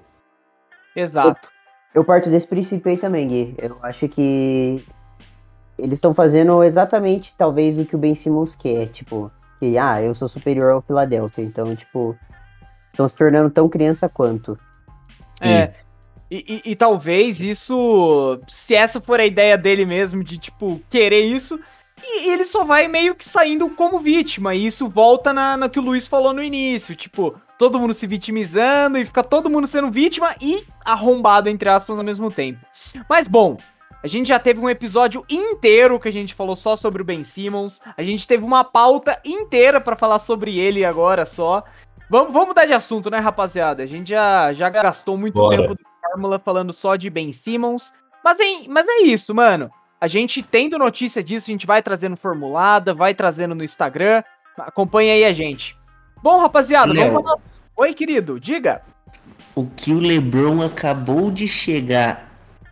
[SPEAKER 3] Eu,
[SPEAKER 1] Exato.
[SPEAKER 3] eu parto desse princípio aí também, Gui. Eu acho que eles estão fazendo exatamente, talvez, o que o Ben Simmons quer. Tipo, que, eu sou superior ao Philadelphia. Então, tipo, estão se tornando tão criança quanto.
[SPEAKER 1] É,
[SPEAKER 2] Sim,
[SPEAKER 1] e talvez isso, se essa for a ideia dele mesmo, de, tipo, querer isso, e ele só vai meio que saindo como vítima, e isso volta no que o Luiz falou no início, tipo, todo mundo se vitimizando, e fica todo mundo sendo vítima e arrombado, entre aspas, ao mesmo tempo. Mas, bom, a gente já teve um episódio inteiro que a gente falou só sobre o Ben Simmons, a gente teve uma pauta inteira pra falar sobre ele agora só. Vamos mudar de assunto, né, rapaziada? A gente já gastou muito
[SPEAKER 2] bora.
[SPEAKER 1] tempo de Fórmula falando só de Ben Simmons. Mas é isso, mano. A gente tendo notícia disso, a gente vai trazendo formulada, vai trazendo no Instagram. Acompanha aí a gente. Bom, rapaziada, vamos
[SPEAKER 4] Léo,
[SPEAKER 1] falar. Oi, querido, diga.
[SPEAKER 4] o que o LeBron acabou de chegar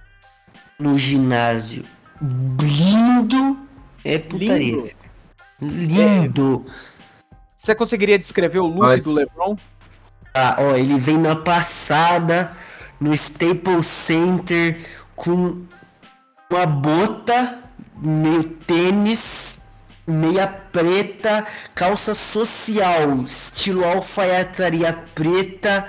[SPEAKER 4] no ginásio lindo é putaria.
[SPEAKER 1] Lindo.
[SPEAKER 4] Lindo.
[SPEAKER 1] Você conseguiria descrever o look do
[SPEAKER 2] Mas,
[SPEAKER 1] LeBron?
[SPEAKER 4] Ó, ele vem na passada no Staples Center com uma bota, meio tênis, meia preta, calça social, estilo alfaiataria preta,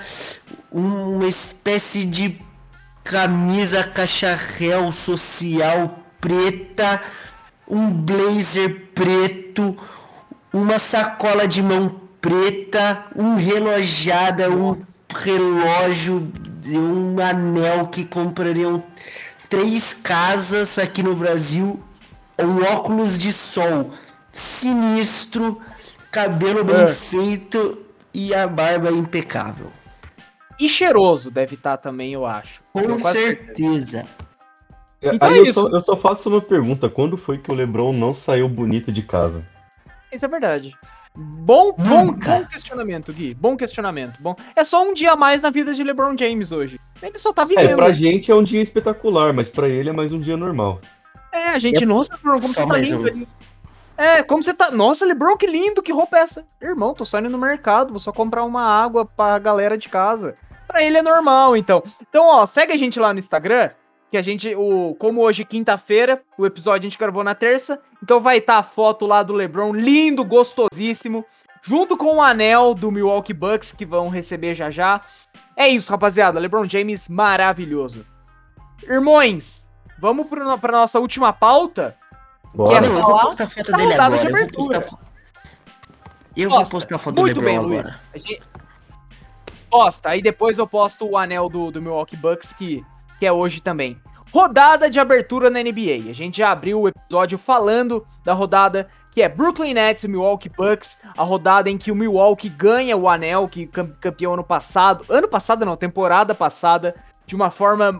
[SPEAKER 4] uma espécie de camisa cacharel social preta, um blazer preto, uma sacola de mão preta, um relojada, um relógio, um anel que comprariam 3 casas aqui no Brasil, um óculos de sol sinistro, cabelo bem feito e a barba impecável.
[SPEAKER 1] E cheiroso deve estar também, eu acho.
[SPEAKER 4] Com
[SPEAKER 1] Tenho quase certeza.
[SPEAKER 4] certeza.
[SPEAKER 1] Então
[SPEAKER 2] aí
[SPEAKER 1] é
[SPEAKER 2] eu
[SPEAKER 1] isso.
[SPEAKER 2] só, eu só faço uma pergunta, quando foi que o LeBron não saiu bonito de casa?
[SPEAKER 1] Isso é verdade. Bom
[SPEAKER 4] Nunca.
[SPEAKER 1] questionamento, Gui. Bom questionamento. Bom, é só um dia a mais na vida de LeBron James hoje. Ele só tá vivendo.
[SPEAKER 2] Pra gente é um dia espetacular, mas pra ele é mais um dia normal.
[SPEAKER 1] A gente, nossa, LeBron, como
[SPEAKER 4] Só
[SPEAKER 1] você tá
[SPEAKER 4] mais
[SPEAKER 1] lindo
[SPEAKER 4] um.
[SPEAKER 1] ali. Como você tá. Nossa, LeBron, que lindo, que roupa é essa? Irmão, tô saindo no mercado, vou só comprar uma água pra galera de casa. Pra ele é normal, então. Então, ó, segue a gente lá no Instagram, que a gente, como hoje quinta-feira, o episódio a gente gravou na terça, então vai estar a foto lá do LeBron, lindo, gostosíssimo, junto com o anel do Milwaukee Bucks, que vão receber já já. É isso, rapaziada, LeBron James maravilhoso. Irmãos, vamos pra nossa última pauta,
[SPEAKER 2] Bora.
[SPEAKER 1] que é
[SPEAKER 4] Não, eu vou postar foto
[SPEAKER 1] da
[SPEAKER 4] dele
[SPEAKER 1] rodada de
[SPEAKER 4] agora.
[SPEAKER 1] abertura.
[SPEAKER 4] Eu vou postar foto do
[SPEAKER 1] Muito
[SPEAKER 4] LeBron
[SPEAKER 1] bem, Luiz.
[SPEAKER 4] agora.
[SPEAKER 1] A gente posta, aí depois eu posto o anel do Milwaukee Bucks, que é hoje também. Rodada de abertura na NBA. A gente já abriu o episódio falando da rodada que é Brooklyn Nets e Milwaukee Bucks, a rodada em que o Milwaukee ganha o anel, que campeão ano passado não, temporada passada, de uma forma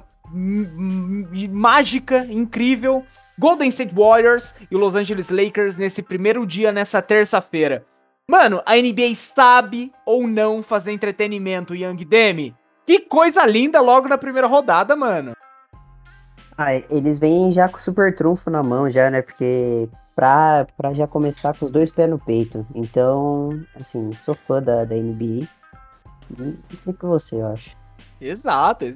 [SPEAKER 1] mágica, incrível. Golden State Warriors e Los Angeles Lakers nesse primeiro dia, nessa terça-feira. Mano, a NBA sabe ou não fazer entretenimento, Young Demi. Que coisa linda logo na primeira rodada, mano.
[SPEAKER 3] Eles vêm já com o super trunfo na mão já, né? Porque pra já começar com os 2 pés no peito. Então, assim, sou fã da NBA. E sempre você, eu acho.
[SPEAKER 1] Exato.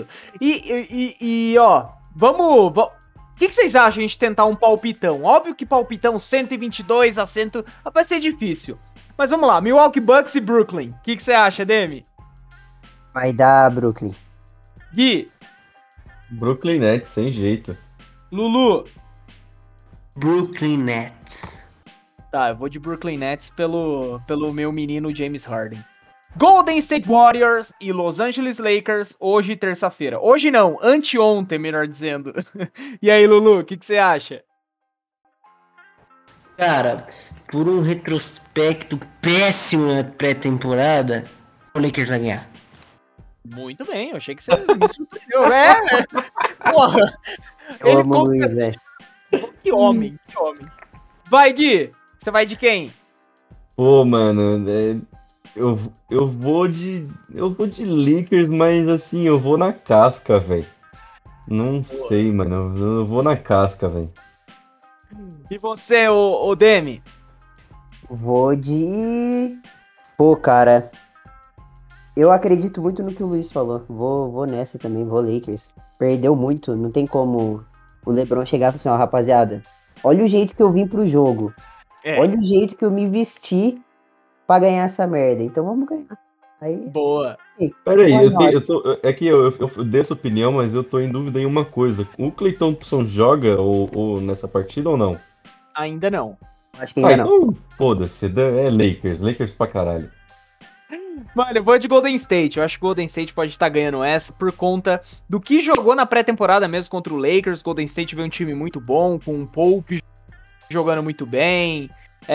[SPEAKER 1] E ó, vamos... O que vocês acham de a gente tentar um palpitão? Óbvio que palpitão 122 a 100 vai ser difícil. Mas vamos lá, Milwaukee Bucks e Brooklyn. O que você acha, Demi?
[SPEAKER 3] Vai dar Brooklyn.
[SPEAKER 1] Gui,
[SPEAKER 2] Brooklyn Nets, sem jeito.
[SPEAKER 1] Lulu.
[SPEAKER 4] Brooklyn Nets.
[SPEAKER 1] Tá, eu vou de Brooklyn Nets pelo meu menino James Harden. Golden State Warriors e Los Angeles Lakers, hoje, terça-feira. Hoje não, anteontem, melhor dizendo. E aí, Lulu, o que você acha?
[SPEAKER 4] Cara, por um retrospecto péssimo na pré-temporada, o Lakers vai ganhar.
[SPEAKER 1] Muito bem, eu achei que você me surpreendeu. Porra.
[SPEAKER 3] Eu amo o Luiz, velho.
[SPEAKER 1] Que homem. Vai, Gui, você vai de quem?
[SPEAKER 2] Pô, mano, eu vou de Lakers, mas assim, eu vou na casca, velho. Não sei, mano, eu vou na casca, velho.
[SPEAKER 1] E você, o Demi?
[SPEAKER 3] Vou de... Pô, cara, eu acredito muito no que o Luiz falou. Vou nessa também, vou Lakers. Perdeu muito, não tem como o LeBron chegar e falar assim, ó, rapaziada, olha o jeito que eu vim pro jogo. Olha o jeito que eu me vesti pra ganhar essa merda. Então vamos ganhar. Aí...
[SPEAKER 1] Boa.
[SPEAKER 2] Peraí, é que eu dei essa opinião, mas eu tô em dúvida em uma coisa. O Klay Thompson joga ou nessa partida ou não?
[SPEAKER 1] Ainda não.
[SPEAKER 3] Acho que ainda não.
[SPEAKER 2] Então, foda-se, é Lakers pra caralho.
[SPEAKER 1] Mano, eu vou de Golden State. Eu acho que o Golden State pode estar ganhando essa por conta do que jogou na pré-temporada mesmo contra o Lakers. Golden State veio um time muito bom, com o Pope jogando muito bem.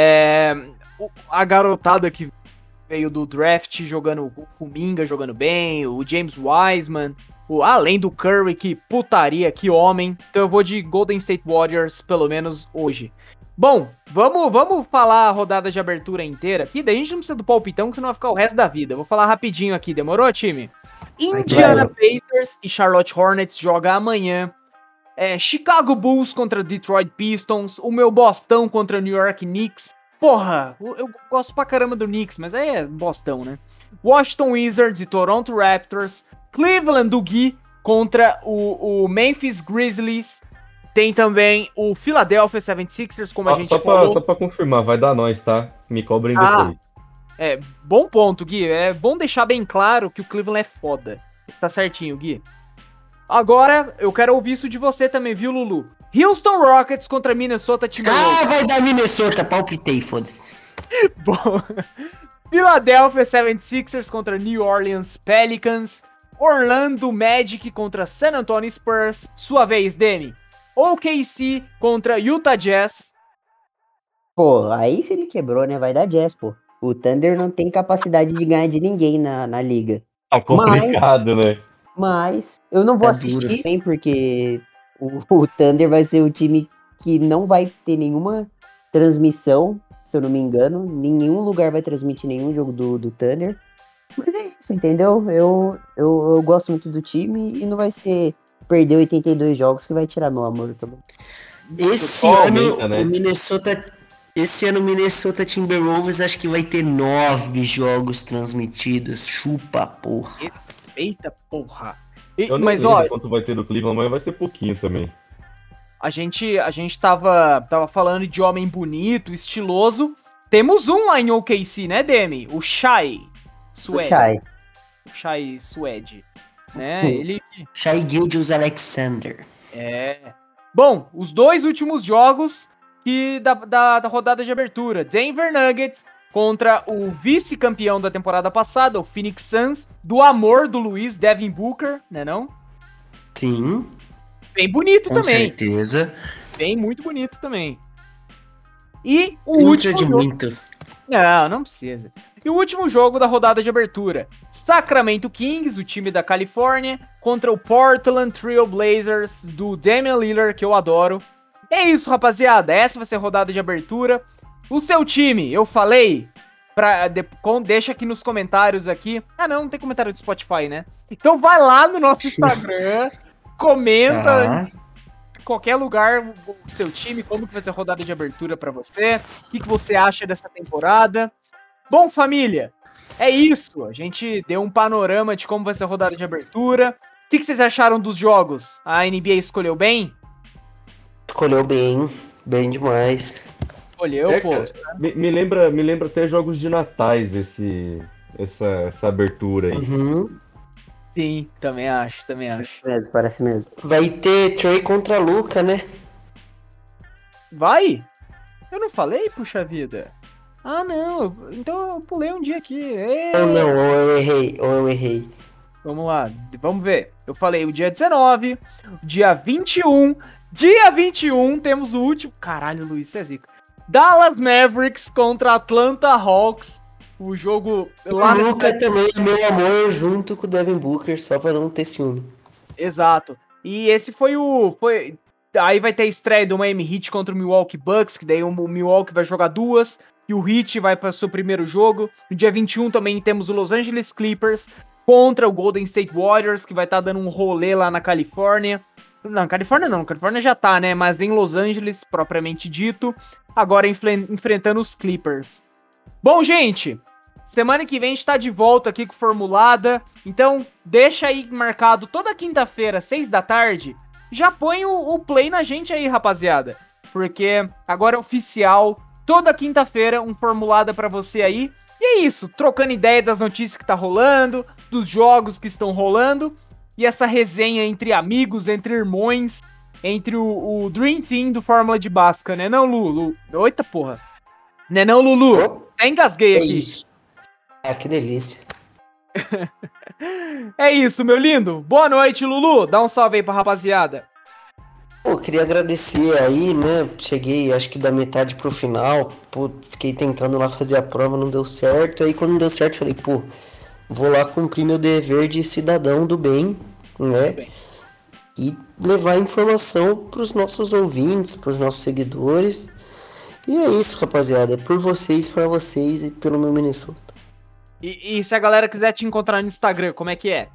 [SPEAKER 1] A garotada que veio do draft jogando, o Kuminga jogando bem, o James Wiseman, além do Curry, que putaria, que homem. Então eu vou de Golden State Warriors, pelo menos hoje. Bom, vamos falar a rodada de abertura inteira aqui, daí a gente não precisa do palpitão, que senão vai ficar o resto da vida. Vou falar rapidinho aqui, demorou, time? Indiana Pacers e Charlotte Hornets joga amanhã. Chicago Bulls contra Detroit Pistons, o meu Bostão contra New York Knicks. Porra, eu gosto pra caramba do Knicks, mas aí é Bostão, né? Washington Wizards e Toronto Raptors. Cleveland do Gui contra o Memphis Grizzlies. Tem também o Philadelphia 76ers, como a gente falou.
[SPEAKER 2] Só pra confirmar, vai dar nós, tá? Me cobrem depois.
[SPEAKER 1] Bom ponto, Gui. É bom deixar bem claro que o Cleveland é foda. Tá certinho, Gui. Agora, eu quero ouvir isso de você também, viu, Lulu? Houston Rockets contra Minnesota Timberwolves.
[SPEAKER 4] Vai dar Minnesota, palpitei, foda-se.
[SPEAKER 1] Bom, Philadelphia 76ers contra New Orleans Pelicans. Orlando Magic contra San Antonio Spurs. Sua vez, Demi. OKC contra Utah Jazz.
[SPEAKER 3] Pô, aí você me quebrou, né? Vai dar Jazz, pô. O Thunder não tem capacidade de ganhar de ninguém na liga.
[SPEAKER 2] Tá complicado, né?
[SPEAKER 3] Mas eu não vou assistir, bem, porque o Thunder vai ser o time que não vai ter nenhuma transmissão, se eu não me engano. Nenhum lugar vai transmitir nenhum jogo do Thunder. Mas é isso, entendeu? Eu gosto muito do time e não vai ser perder 82 jogos que vai tirar meu amor também.
[SPEAKER 4] Esse ano o Minnesota Timberwolves acho que vai ter 9 jogos transmitidos. Chupa, porra.
[SPEAKER 1] Eita, porra.
[SPEAKER 2] Eu não lembro quanto vai ter do Cleveland, mas vai ser pouquinho também.
[SPEAKER 1] A gente tava falando de homem bonito, estiloso. Temos um lá em OKC, né, Demi? O Shai Suede. O Shai Suede. Né? Ele...
[SPEAKER 4] Shai Gilgeous-Alexander.
[SPEAKER 1] Bom, os dois últimos jogos da rodada de abertura. Denver Nuggets contra o vice-campeão da temporada passada, o Phoenix Suns, do amor do Luiz, Devin Booker, né não?
[SPEAKER 4] Sim.
[SPEAKER 1] Bem bonito
[SPEAKER 4] com
[SPEAKER 1] também.
[SPEAKER 4] Com certeza.
[SPEAKER 1] Bem, muito bonito também. E o último jogo...
[SPEAKER 4] muito.
[SPEAKER 1] Não precisa. E o último jogo da rodada de abertura. Sacramento Kings, o time da Califórnia, contra o Portland Trail Blazers do Damian Lillard, que eu adoro. É isso, rapaziada. Essa vai ser a rodada de abertura. O seu time, eu falei, deixa aqui nos comentários aqui. Não tem comentário do Spotify, né? Então vai lá no nosso Instagram, comenta em qualquer lugar o seu time, como que vai ser a rodada de abertura pra você, o que você acha dessa temporada. Bom, família, é isso. A gente deu um panorama de como vai ser a rodada de abertura. O que vocês acharam dos jogos? A NBA escolheu bem?
[SPEAKER 4] Escolheu bem demais.
[SPEAKER 1] Escolheu, pô.
[SPEAKER 2] Me lembra até jogos de natais essa abertura aí.
[SPEAKER 3] Uhum.
[SPEAKER 1] Sim, também acho.
[SPEAKER 3] Parece mesmo.
[SPEAKER 4] Vai ter Trey contra Luka, né?
[SPEAKER 1] Vai? Eu não falei, puxa vida. Não. Então eu pulei um dia aqui.
[SPEAKER 4] Ou eu errei.
[SPEAKER 1] Vamos lá, vamos ver. Eu falei o dia 19, dia 21. Dia 21 temos o último... Caralho, Luiz, você é zica. Dallas Mavericks contra Atlanta Hawks. O jogo
[SPEAKER 4] lá. O Luka também é meu amor junto com o Devin Booker, só pra não ter ciúme.
[SPEAKER 1] Exato. E esse foi aí vai ter a estreia do Miami Heat contra o Milwaukee Bucks, que daí o Milwaukee vai jogar 2 e o Heat vai para o seu primeiro jogo. No dia 21 também temos o Los Angeles Clippers contra o Golden State Warriors, que vai estar dando um rolê lá na Califórnia. Não, Califórnia não, Califórnia já tá, né? Mas em Los Angeles, propriamente dito, agora enfrentando os Clippers. Bom, gente, semana que vem a gente tá de volta aqui com Formulada, então deixa aí marcado toda quinta-feira, 6 da tarde, já põe o play na gente aí, rapaziada, porque agora é oficial, toda quinta-feira um Formulada pra você aí, e é isso, trocando ideia das notícias que tá rolando, dos jogos que estão rolando, e essa resenha entre amigos, entre irmãos, entre o Dream Team do Fórmula de Basca, né não, Lulu? Eita porra! Né não, Lulu? Até engasguei aqui.
[SPEAKER 4] Isso. Ah, que delícia.
[SPEAKER 1] É isso, meu lindo. Boa noite, Lulu. Dá um salve aí pra rapaziada.
[SPEAKER 4] Pô, queria agradecer aí, né? Cheguei, acho que da metade pro final. Pô, fiquei tentando lá fazer a prova, não deu certo. Aí quando não deu certo, falei, pô, vou lá cumprir meu dever de cidadão do bem, né? E levar informação pros nossos ouvintes, pros nossos seguidores. E é isso, rapaziada. É por vocês, pra vocês e pelo meu Minnesota.
[SPEAKER 1] E se a galera quiser te encontrar no Instagram, como é que é?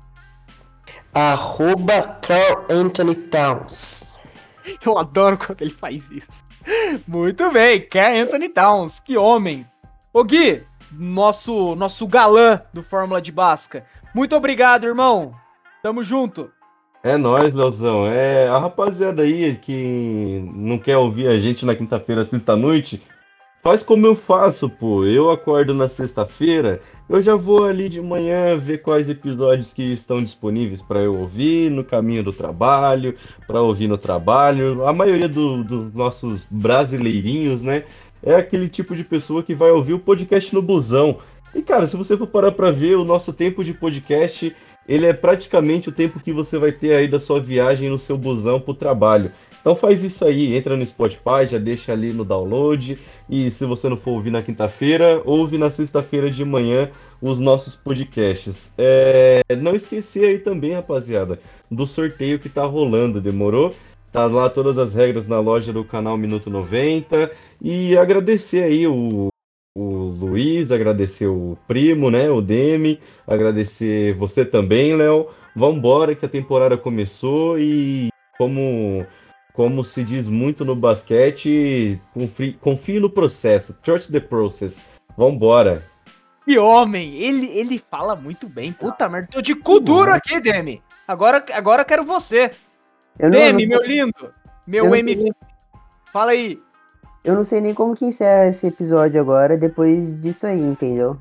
[SPEAKER 4] @CarlAnthonyTowns.
[SPEAKER 1] Eu adoro quando ele faz isso. Muito bem, CarlAnthony Towns. Que homem. Ô Gui, nosso galã do Fórmula de Basca. Muito obrigado, irmão. Tamo junto.
[SPEAKER 2] É nóis, Leozão. A rapaziada aí que não quer ouvir a gente na quinta-feira, sexta-noite, faz como eu faço, pô. Eu acordo na sexta-feira, eu já vou ali de manhã ver quais episódios que estão disponíveis para eu ouvir no caminho do trabalho, para ouvir no trabalho. A maioria dos nossos brasileirinhos, né, é aquele tipo de pessoa que vai ouvir o podcast no busão. E, cara, se você for parar para ver, o nosso tempo de podcast, ele é praticamente o tempo que você vai ter aí da sua viagem no seu busão pro trabalho. Então faz isso aí, entra no Spotify, já deixa ali no download, e se você não for ouvir na quinta-feira, ouve na sexta-feira de manhã os nossos podcasts. Não esquecer aí também, rapaziada, do sorteio que tá rolando, demorou? Tá lá todas as regras na loja do canal Minuto 90, e agradecer aí o Luiz, agradecer o primo, né, o Demi, agradecer você também, Léo. Vambora que a temporada começou e como se diz muito no basquete, confie no processo, trust the process. Vambora.
[SPEAKER 1] Que homem, ele fala muito bem, puta merda, tô de cu duro aqui, Demi. Agora eu quero você. Demi, meu lindo, meu MVP. Fala aí.
[SPEAKER 3] Eu não sei nem como que encerra esse episódio agora, depois disso aí, entendeu?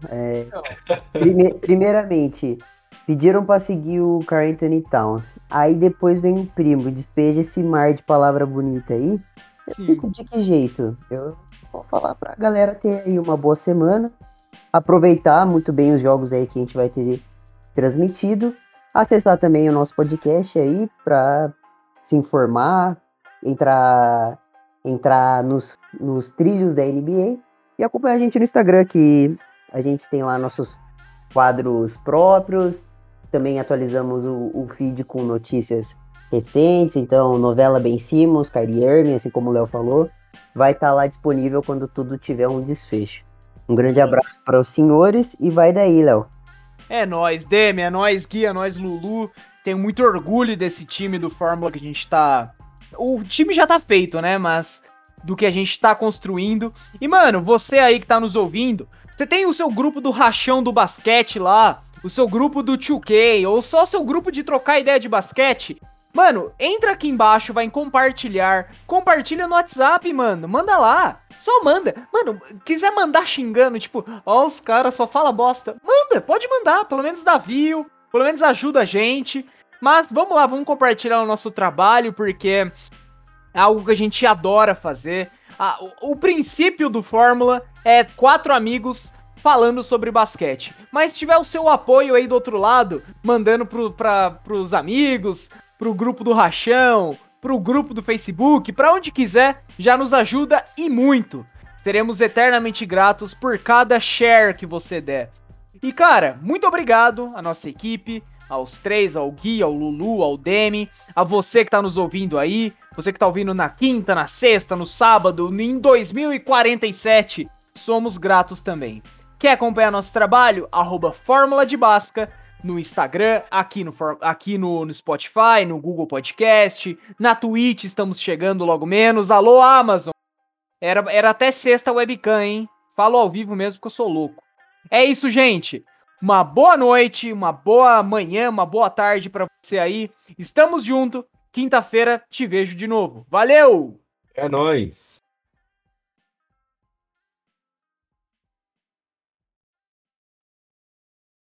[SPEAKER 3] Primeiramente, pediram pra seguir o Karl-Anthony Towns. Aí depois vem o primo, despeja esse mar de palavra bonita aí. Eu fico de que jeito? Eu vou falar pra galera ter aí uma boa semana, aproveitar muito bem os jogos aí que a gente vai ter transmitido, acessar também o nosso podcast aí pra se informar, entrar nos trilhos da NBA e acompanhar a gente no Instagram, que a gente tem lá nossos quadros próprios, também atualizamos o feed com notícias recentes, então novela Ben Simmons, Kyrie Irving, assim como o Léo falou, vai estar lá disponível quando tudo tiver um desfecho. Um grande abraço para os senhores e vai daí, Léo.
[SPEAKER 1] É nóis, Demi, é nóis, Gui, é nóis, Lulu. Tenho muito orgulho desse time do Fórmula que a gente tá... O time já tá feito, né? Mas do que a gente tá construindo. E, mano, você aí que tá nos ouvindo, você tem o seu grupo do rachão do basquete lá, o seu grupo do 2K, ou só seu grupo de trocar ideia de basquete? Mano, entra aqui embaixo, vai em compartilhar, compartilha no WhatsApp, mano, manda lá, só manda. Mano, quiser mandar xingando, tipo, ó, os caras só fala bosta, manda, pode mandar, pelo menos dá view, pelo menos ajuda a gente. Mas vamos lá, vamos compartilhar o nosso trabalho, porque é algo que a gente adora fazer. O princípio do Fórmula é 4 amigos falando sobre basquete. Mas se tiver o seu apoio aí do outro lado, mandando pros amigos, pro grupo do Rachão, pro grupo do Facebook, pra onde quiser, já nos ajuda e muito. Seremos eternamente gratos por cada share que você der. E, cara, muito obrigado à nossa equipe, aos três, ao Gui, ao Lulu, ao Demi, a você que tá nos ouvindo aí, você que tá ouvindo na quinta, na sexta, no sábado, em 2047, somos gratos também. Quer acompanhar nosso trabalho? @Fórmula de Basca no Instagram, aqui no Spotify, no Google Podcast, na Twitch estamos chegando logo menos. Alô, Amazon! Era até sexta webcam, hein? Falo ao vivo mesmo porque eu sou louco. É isso, gente. Uma boa noite, uma boa manhã, uma boa tarde pra você aí. Estamos juntos. Quinta-feira te vejo de novo. Valeu!
[SPEAKER 2] É nóis!